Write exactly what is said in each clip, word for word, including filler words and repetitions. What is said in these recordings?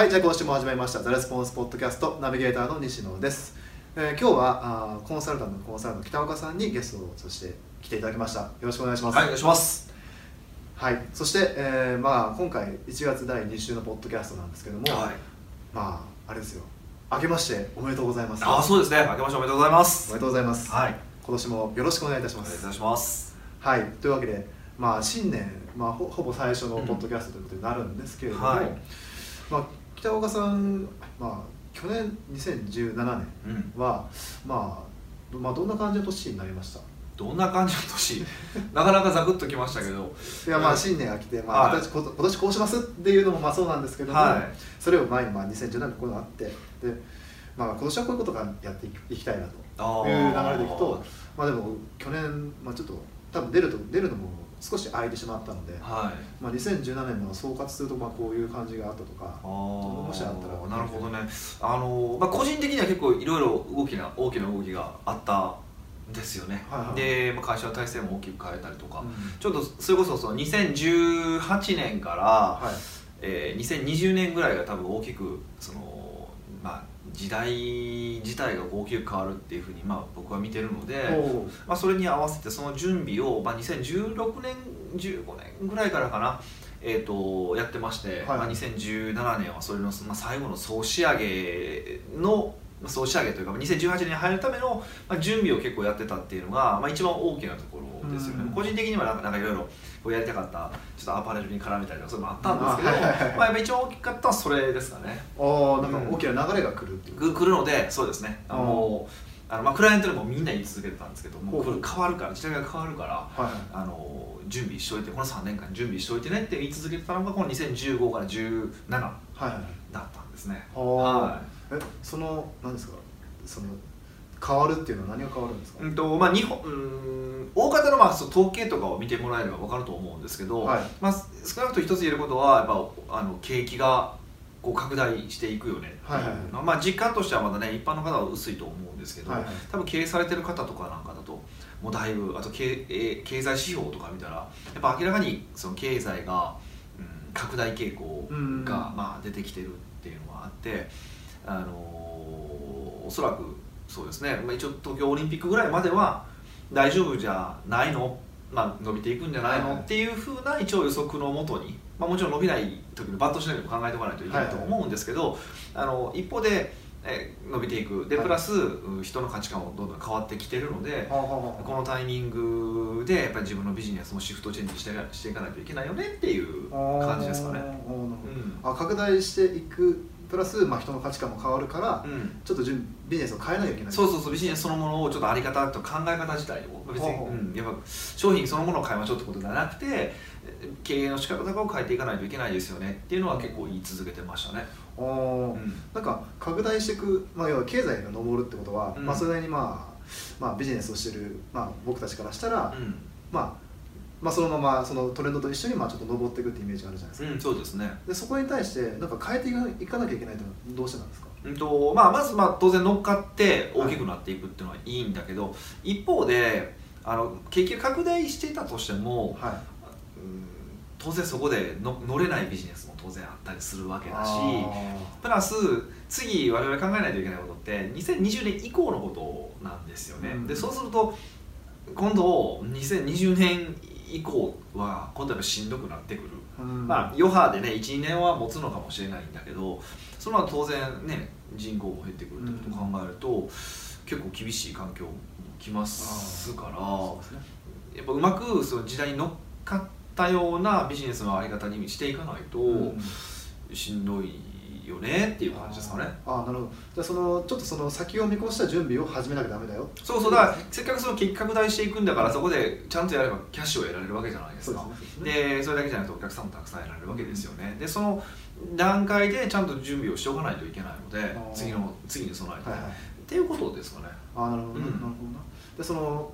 、じゃあ今週も始まりましたザレスポンスポッドキャストナビゲーターの西野です。えー、今日はあコンサルタントのコンサルの北岡さんにゲストをそして来ていただきました。よろしくお願いします。 はい、お願いします。 はい、そして、えーまあ、今回いちがつだいに週のポッドキャストなんですけども、はい、まああれですよ、明けましておめでとうございます。 ああ、そうですね、明けましておめでとうございます。 おめでとうございます。 はい、 今年もよろしくお願いいたします。 お願いいたします。 はい、というわけで、まあ、新年、まあ、ほ, ほぼ最初のポッドキャストということになるんですけれども、うんはい、まあ、北岡さん、まあ、去年にせんじゅうななねんは、うんまあまあ、どんな感じの年になりました？ どんな感じの年なかなかザクッときましたけどいや、まあ、新年が来て、まあはい、今年こうしますっていうのもまあそうなんですけども、はい、それを前に、まあ、にせんじゅうななねんこういうのがあってで、まあ、今年はこういうことがやっていきたいなという流れでいくと、まあ、でも去年、まあ、ちょっと多分出ると出るのも少し空いてしまったので、はいまあ、にせんじゅうななねんの総括するとまあこういう感じがあったとか、あもしあったら。 なるほどね。あの、まあ、個人的には結構いろいろ動きな大きな動きがあったんですよね、はいはい、で、まあ、会社の体制も大きく変えたりとか、うん、ちょっとそれこそそのにせんじゅうはちねんから、はいえー、にせんにじゅうねんぐらいが多分大きくその、まあ、時代自体が大きく変わるっていうふうに、まあ、僕は見てるので、まあ、それに合わせてその準備を、まあ、にせんじゅうろくねんじゅうごねんぐらいからかな、えー、とやってまして、はいまあ、にせんじゅうななねんはそれの、まあ、最後の総仕上げの総仕上げというかにせんじゅうはちねんに入るための準備を結構やってたっていうのが、まあ、一番大きなところですよね、うん、個人的にはなんかいろいろやりたかったちょっとアパレルに絡めたりとかそういうのもあったんですけど、まあ、やっぱ一番大きかったのはそれですかね。 あなんか大きな流れが来るっていう、 うん、来るのでそうですね。あのあのまあクライアントでもみんな言い続けてたんですけどもう来る変わるから時代が変わるから、はいはい、あの準備しといてこのさんねんかん準備しといてねって言い続けてたのがこのにせんじゅうごからじゅうななだったんですね。 はいはいはい、えその何ですかその変わるっていうのは何が変わるんですか？ うんとまあ、日本うん大方のまあ統計とかを見てもらえれば分かると思うんですけど、はいまあ、少なくとも一つ言えることはやっぱあの景気がこう拡大していくよねっていう、はいはいはいまあ、実感としてはまだね一般の方は薄いと思うんですけど、はいはい、多分経営されてる方とかなんかだともうだいぶあと経、経済指標とか見たらやっぱ明らかにその経済が、うん、拡大傾向がまあ出てきてるっていうのがあってあのおそらくそうですね、まあ、一応東京オリンピックぐらいまでは大丈夫じゃないの、まあ、伸びていくんじゃないの、はいはい、っていうふうな一応予測のもとに、まあ、もちろん伸びない時のバットしないでも考えておかないといけないと思うんですけど、はいはい、あの一方でえ伸びていくでプラス、はい、人の価値観もどんどん変わってきてるので、はい、このタイミングでやっぱり自分のビジネスもシフトチェンジしてしていかないといけないよねっていう感じですかね。 あ、うん、あ拡大していくプラス、まあ、人の価値観も変わるから、うん、ちょっとビジネスを変えなきゃいけない。 そうそうそう、ビジネスそのものをちょっとあり方と考え方自体を別に、うん、やっぱ商品そのものを変えましょうってことではなくて経営の仕方とかを変えていかないといけないですよねっていうのは結構言い続けてましたね。 あ、うん、なんか拡大していく、まあ、要は経済が上るってことは、うんまあ、それなりに、まあまあ、ビジネスをしてる、まあ、僕たちからしたら、うんまあまあ、そのままそのトレンドと一緒にまあちょっと上っていくってイメージがあるじゃないですか、 うん、そうですね。 でそこに対してなんか変えていかなきゃいけないというのはどうしてなんですか？ うんとまあ、まずまあ当然乗っかって大きくなっていくっていうのはいいんだけど、はい、一方であの景気が拡大していたとしても、はい、うん当然そこでの乗れないビジネスも当然あったりするわけだしプラス次我々考えないといけないことってにせんにじゅうねん以降のことなんですよね、うん、でそうすると今度にせんにじゅうねん以降は今度はしんどくなってくる、うん、まあ余波でね いちにねんは持つのかもしれないんだけどその後当然ね人口も減ってくるってことを考えると、うん、結構厳しい環境もきますから、そうですね、やっぱうまくその時代に乗っかったようなビジネスのあり方にしていかないと、うん、しんどいよねっていう感じですかね。 ああ、なるほど。じゃあそのちょっとその先を見越した準備を始めなきゃダメだよ。 そうそう、だからせっかくその景気拡大していくんだからそこでちゃんとやればキャッシュを得られるわけじゃないですか。そうですね。でそれだけじゃなくてお客さんもたくさん得られるわけですよね、うん、でその段階でちゃんと準備をしておかないといけないので次の次に備えて、はいはい、っていうことですかね。 ああ、なるほど、ね、うん、なるほどな。でその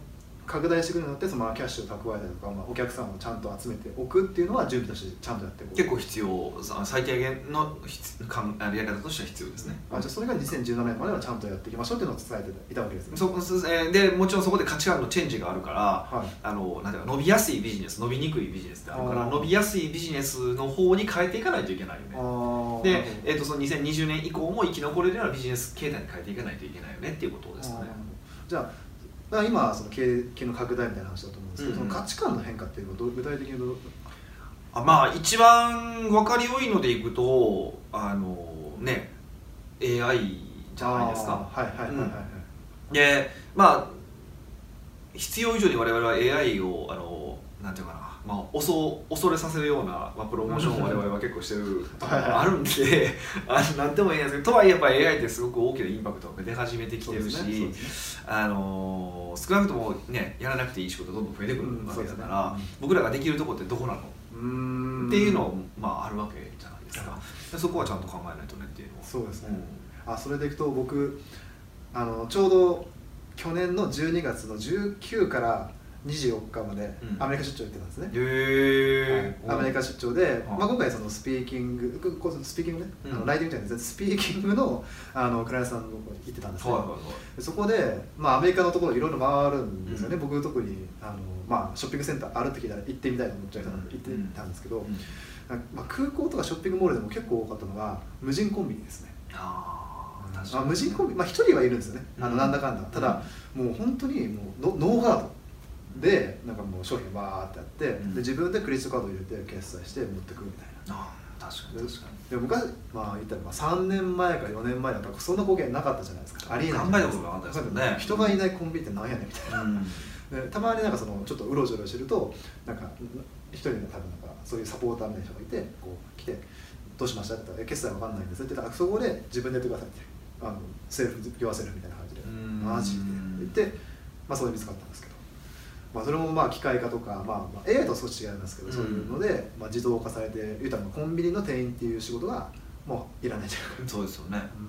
拡大していくのによってそのキャッシュを蓄えたりとか、まあ、お客さんをちゃんと集めておくっていうのは準備としてちゃんとやっていく結構必要、最低限のやり方としては必要ですね。 あじゃあそれがにせんじゅうななねんまではちゃんとやっていきましょうっていうのを伝えていたわけですね。 そでもちろんそこで価値観のチェンジがあるから、はい、あのなんていうか伸びやすいビジネス伸びにくいビジネスってあるから伸びやすいビジネスの方に変えていかないといけないよね。で、えー、とそのにせんにじゅうねん以降も生き残れるようなビジネス形態に変えていかないといけないよねっていうことですね。 じゃあだから今その経営の拡大みたいな話だと思うんですけど、うんうん、その価値観の変化っていうのはど具体的にどうあまあ一番分かりよいのでいくとあのね エーアイ じゃないですか。 はいはいはいはい、はいうん、でまあ必要以上に我々は エーアイ をあのなんていうかな、まあ、恐, 恐れさせるような、まあ、プロモーションを我々は結構してるところがあるんであなんとも言えないですけど、とはいえやっぱ エーアイ ってすごく大きなインパクトが出始めてきてるし、ねね、あの少なくともねやらなくていい仕事がどんどん増えてくるわけだから、うんね、僕らができるところってどこなのうーんっていうのも、まあ、あるわけじゃないですか。でそこはちゃんと考えないとねっていうのは。 そうですね、うん、あそれでいくと僕あのちょうど去年のじゅうにがつのじゅうくからにじゅうよっかまでアメリカ出張行ってたんですね。 へ、うん、 はい、アメリカ出張で、まあ、今回そのスピーキングスピーキングね、うん、あのライティングじゃないですスピーキングのあのクライアントさんのところに行ってたんですけど、はいはいはい、そこで、まあ、アメリカのところいろいろ回るんですよね、うん、僕特にあの、まあ、ショッピングセンターあるって聞いたら行ってみたいと思っちゃったので行ってたんですけど、うんうんまあ、空港とかショッピングモールでも結構多かったのが無人コンビニですね。ああ無人コンビニ、まあ、ひとりはいるんですよね、あのなんだかんだ、うん、ただもう本当にもうノーガードでなんかもう商品バーってやって、うん、で自分でクレジットカードを入れて決済して持ってくるみたいな。 あ確かに確かに。 で僕はまあ言ったらまあさんねんまえかよねんまえだったらそんな光景なかったじゃないですか。ありえない。 考えたことなかったですよね。 人がいないコンビニってなんやねんみたいな、うん、でたまになんかそのちょっとうろちょろしてるとなんか一人の多分なんかそういうサポーターみたいな人がいてこう来てどうしましたって言ったら決済わかんないんですって言ったらそこで自分でやってくださいってあのセーフ言わせるみたいな感じでマジで言って、まあ、それで見つかったんですけど、まあ、それもまあ機械化とか、まあ、まあ エーアイ とは少し違いますけど、そういうので、まあ、自動化されて言うたらコンビニの店員っていう仕事がもういらないじゃないそうですよね。うん、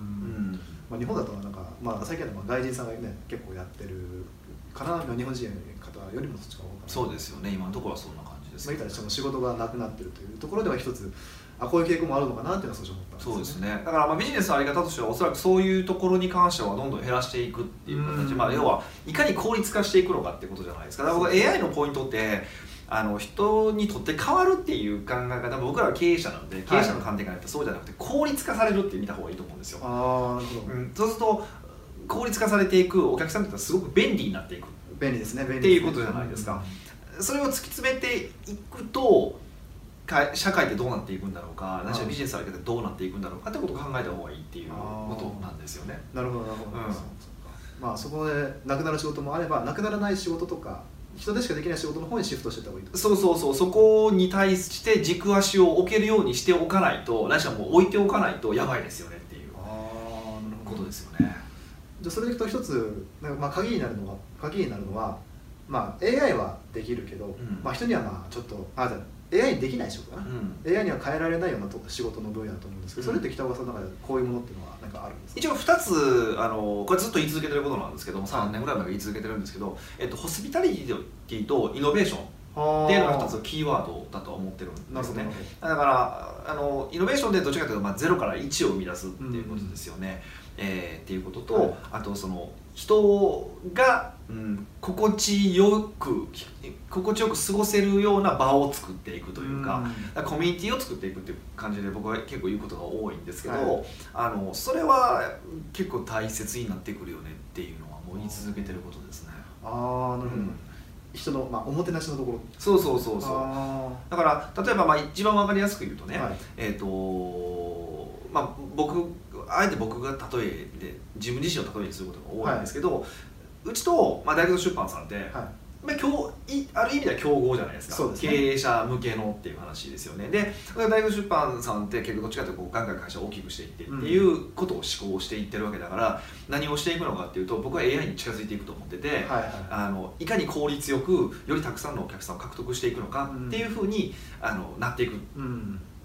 まあ、日本だとなんか、まあ、最近は外人さんがね結構やってるかな、日本人の方よりもそっちが多いかな。 そうですよね、今のところはそんな感じです、 ね。まあ、言ったらその仕事がなくなってるというところでは一つあこういう傾向もあるのかなっていうのは少し思ったんですよね。 そうですね。だからまあビジネスのあり方としてはおそらくそういうところに関してはどんどん減らしていくっていう形、まあ、要はいかに効率化していくのかっていうことじゃないですか。だから僕は エーアイ のポイントってあの人にとって変わるっていう考え方、僕らは経営者なので経営者の観点から言ったらそうじゃなくて効率化されるって見た方がいいと思うんですよ。あ、うん、そうすると効率化されていくお客さんにとってはすごく便利になっていく便利ですね、便利っていうことじゃないですか。それを突き詰めていくと社会ってどうなっていくんだろうか、何しろビジネスのあり方でどうなっていくんだろうかってことを考えた方がいいっていうことなんですよね。 なるほどなるほど、うん、まあそこでなくなる仕事もあればなくならない仕事とか人でしかできない仕事の方にシフトしていった方がいいと。 そうそうそう、そこに対して軸足を置けるようにしておかないと、何しろもう置いておかないとやばいですよねっていうことですよね。 じゃあそれでいくと一つなんかまあ鍵になるのは鍵になるのはまあ エーアイ はできるけど、うん、まあ人にはまあちょっとあじゃあエーアイ にできない仕事かな、うん、エーアイ には変えられないような仕事の分野だと思うんですけど、うん、それって北岡さんの中でこういうものっていうのは何かあるんですか？ 一応ふたつあのこれずっと言い続けてることなんですけども、さんねんぐらい前から言い続けてるんですけど、えっと、ホスピタリティとイノベーションっていうのがふたつのキーワードだと思ってるんですね。だからあのイノベーションでどちらかというと、まあ、ゼロからいちを生み出すっていうことですよね、うん、えー、っていうことと、はい、あとその人が、うん、心地よく心地よく過ごせるような場を作っていくというか、うん、コミュニティを作っていくっていう感じで僕は結構言うことが多いんですけど、はい、あのそれは結構大切になってくるよねっていうのはもう言い続けてることですね。 ああ、なるほど、うん、人の、まあ、おもてなしのところ。 そうそうそうそう。だから例えばまあ一番わかりやすく言うとね、はい、えっとまあ僕あえて僕が例えで自分自身を例えにすることが多いんですけど、はい、うちと、まあ、大学出版さんって、はい、まあ、競ある意味では競合じゃないですか。そうですね、経営者向けのっていう話ですよね。で大学出版さんって結構どっちかというとこうガンガン会社を大きくしていってっていうことを思考していってるわけだから、うん、何をしていくのかっていうと僕は エーアイ に近づいていくと思ってて、はいはい、あのいかに効率よくよりたくさんのお客さんを獲得していくのかっていうふうにあのなっていく。うんっ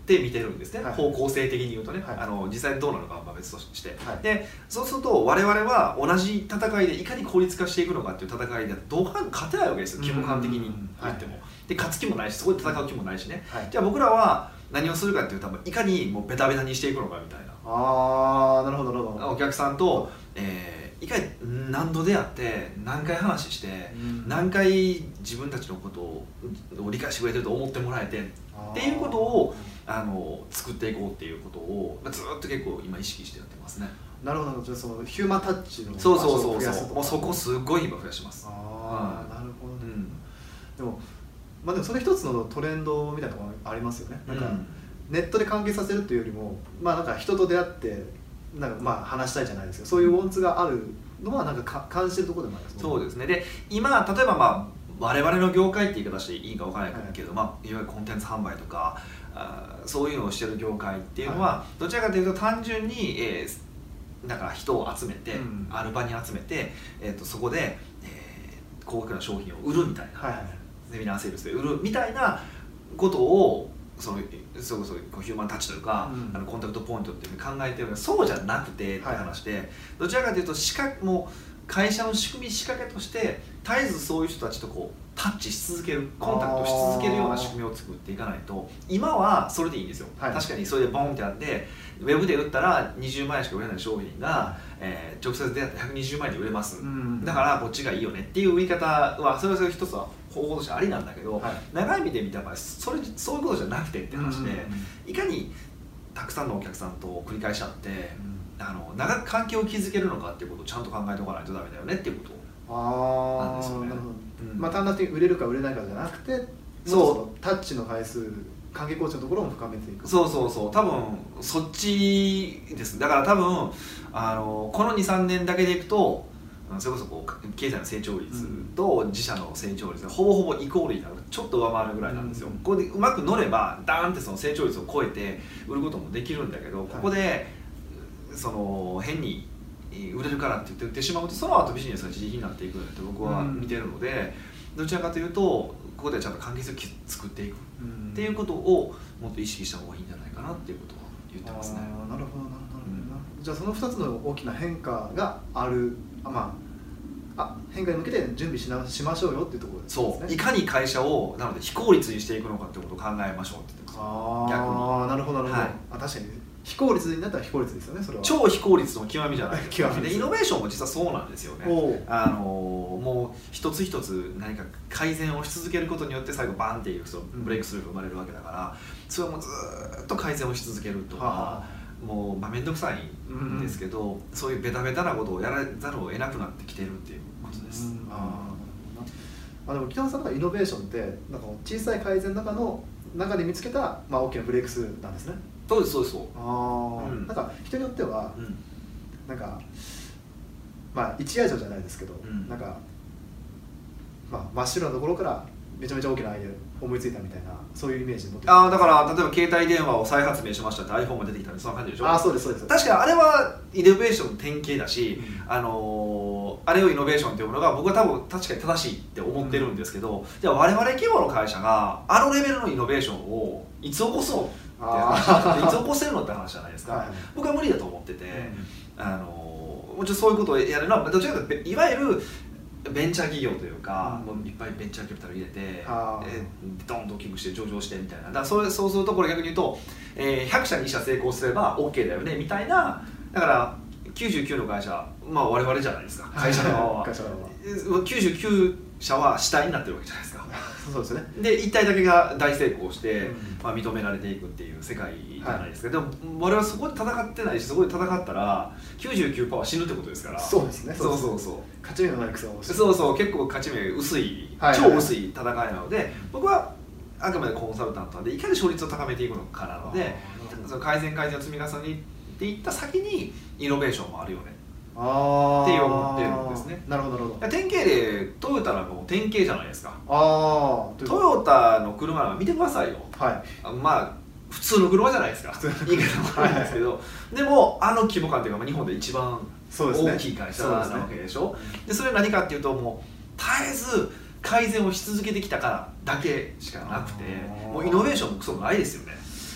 って見てるんですね、はい、方向性的に言うとね、はい、あの実際どうなのかは別として、はい、でそうすると我々は同じ戦いでいかに効率化していくのかっていう戦いでどう考えても勝てないわけですよ、規模感的に言っても、はい、で勝つ気もないしそこで戦う気もないしね、はい、じゃあ僕らは何をするかっていうといかにもうベタベタにしていくのかみたいな、 あーなるほどなるほど、 お客さんと、えーいかに何度出会って何回話して、うん、何回自分たちのことを理解してくれてると思ってもらえてっていうことをあの作っていこうっていうことをずっと結構今意識してやってますね。 なるほど、じゃあそのヒューマンタッチの場所を増やすとか、そうそうそうそう、もうそこすごい今増やします。 ああ、なるほど、ね、うん、でもまあでもそれ一つのトレンドみたいなところありますよね。なんか、うん、ネットで完結させるというよりも、まあなんか人と出会ってなんかまあ話したいじゃないですけど、そういうウォンツがあるのはなんかか感じてるところでもありますね。 そうですね。で今例えばまあ我々の業界って言い方していいか分からないけど、はい、まあ、いわゆるコンテンツ販売とかあそういうのをしてる業界っていうのは、はい、どちらかというと単純に、えー、だから人を集めて、うん、ある場に集めて、えー、とそこで、えー、高額な商品を売るみたいな、はいはい、セミナーセールスで売るみたいなことをそのそれこそヒューマンタッチというか、うん、あのコンタクトポイントっていうふうに考えてるのがそうじゃなくてって話で、はい、どちらかというと仕掛もう会社の仕組み仕掛けとして絶えずそういう人たちとこうタッチし続けるコンタクトし続けるような仕組みを作っていかないと、今はそれでいいんですよ、はい、確かにそれでボンってやってウェブで売ったらにじゅうまんえんしか売れない商品が、はい、えー、直接出会ってひゃくにじゅうまんえんで売れます、うん、だからこっちがいいよねっていう売り方はそれはそれ一つは方法としてありなんだけど、はい、長い目で見たらそれそういうことじゃなくてって話で、いかにたくさんのお客さんと繰り返し合って、うん、あの長く関係を築けるのかっていうことをちゃんと考えておかないとダメだよねっていうことなんですよね。 あ、なるほど、うん、まあ単純に売れるか売れないかじゃなくて、そうタッチの回数関係構築のところも深めていく。 そうそうそう、多分そっちです。だから多分あのこの にさんねんだけでいくとそれこそこう経済の成長率と自社の成長率がほぼほぼイコールになる、ちょっと上回るぐらいなんですよ、うん、ここでうまく乗ればダーンってその成長率を超えて売ることもできるんだけど、ここでその変に売れるからって言って売ってしまうとその後ビジネスが自力になっていくって僕は見てるので、どちらかというとここでちゃんと関係性を作っていくっていうことをもっと意識した方がいいんじゃないかなっていうことを言ってますね。 あ、なるほどなるほど、うん、じゃあそのふたつの大きな変化がある、あ、まあ、あ変化に向けて準備しなしましょうよっていうところですね。 そういかに会社をなので非効率にしていくのかってことを考えましょうって言ってます。 ああ、なるほどなるほど、はい、あ確かに非効率になったら非効率ですよね。それは超非効率の極みじゃないですか。でイノベーションも実はそうなんですよね。あのもう一つ一つ何か改善をし続けることによって最後バンっていうそのブレイクスルーが生まれるわけだから、それはもうずっと改善をし続けるとか、もうまあ面倒くさいんですけど、うん、そういうベタベタなことをやらざるを得なくなってきてるっていうことです。うん、ああでも北野さんがイノベーションってなんか小さい改善の中の中で見つけた、まあ、大きなブレイクスルーなんですね。 そうですそうですそう。 あ、うん、なんか人によっては、うん、なんかまあ一夜城じゃないですけど、うん、なんかまあ真っ白なところからめちゃめちゃ大きなアイデア思いついたみたいな、そういうイメージ持ってる。 ああ、だから例えば携帯電話を再発明しましたって iPhone が出てきたんでそんな感じでしょ。 ああ、そうですそうです。 確かにあれはイノベーションの典型だし、うん、あのー、あれをイノベーションっていうものが僕は多分確かに正しいって思ってるんですけど、うん、じゃあ我々規模の会社があのレベルのイノベーションをいつ起こそうって話、いつ起こせるのって話じゃないですか。はい、僕は無理だと思ってて、うん、あのー、もちろんそういうことをやるのはどちらかというといわゆるベンチャー企業というか、うん、もういっぱいベンチャーキャピタル入れて、えー、ドンと大きくして上場してみたいな、だからそれそうするとこれ逆に言うと、えー、ひゃく社に社成功すれば OK だよねみたいな、だからきゅうじゅうきゅうの会社、まあ我々じゃないですか、会社側はきゅうじゅうきゅう社は主体になってるわけじゃないですか。 そうですね。 でいったいだけが大成功して、うん、まあ、認められていくっていう世界じゃないですか、はい、でも我々はそこで戦ってないし、そこで戦ったら きゅうじゅうきゅうパーセント は死ぬってことですから。 そうですね。 そうそうそう、 勝ち目のない草を押して、 そうそう、結構勝ち目薄い、はいはいはい、超薄い戦いなので、僕はあくまでコンサルタントなんでいかに勝率を高めていくのかなので、その改善改善を積み重ねていった先にイノベーションもあるよねあって思ってるんですね。 なるほどなるほど。 典型でトヨタなんかも典型じゃないですか。 あトヨタの車なんか見てくださいよ。 はい。 まあ普通の車じゃないですか。言い方もあるんですけど、はい、でもあの規模感っていうか日本で一番大きい会社なわけでしょ。でそれは何かっていうと、もう絶えず改善をし続けてきたからだけしかなくて、もうイノベーションもクソもないですよね。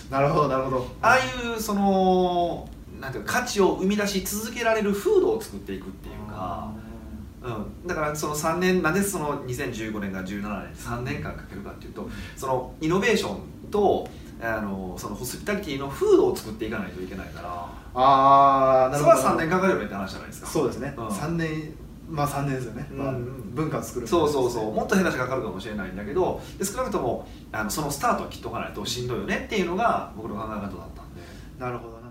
なるほどなるほど。 ああいうそのなんていうか価値を生み出し続けられる風土を作っていくっていうか、うん、だからそのさんねんなんでそのにせんじゅうごねんからじゅうななねんさんねんかんかけるかっていうと、そのイノベーションとあのそのホスピタリティの風土を作っていかないといけないから、 ああなるほど。 それはさんねんかかるよねって話じゃないですか。 そうですね、うん、さんねんまあさんねんですよね、まあ、文化を作る、ね、 そうそうそう、もっと変な話かかるかもしれないんだけど、で少なくともあのそのスタートは切っとかないとしんどいよねっていうのが僕の考え方だったんで。 なるほどね。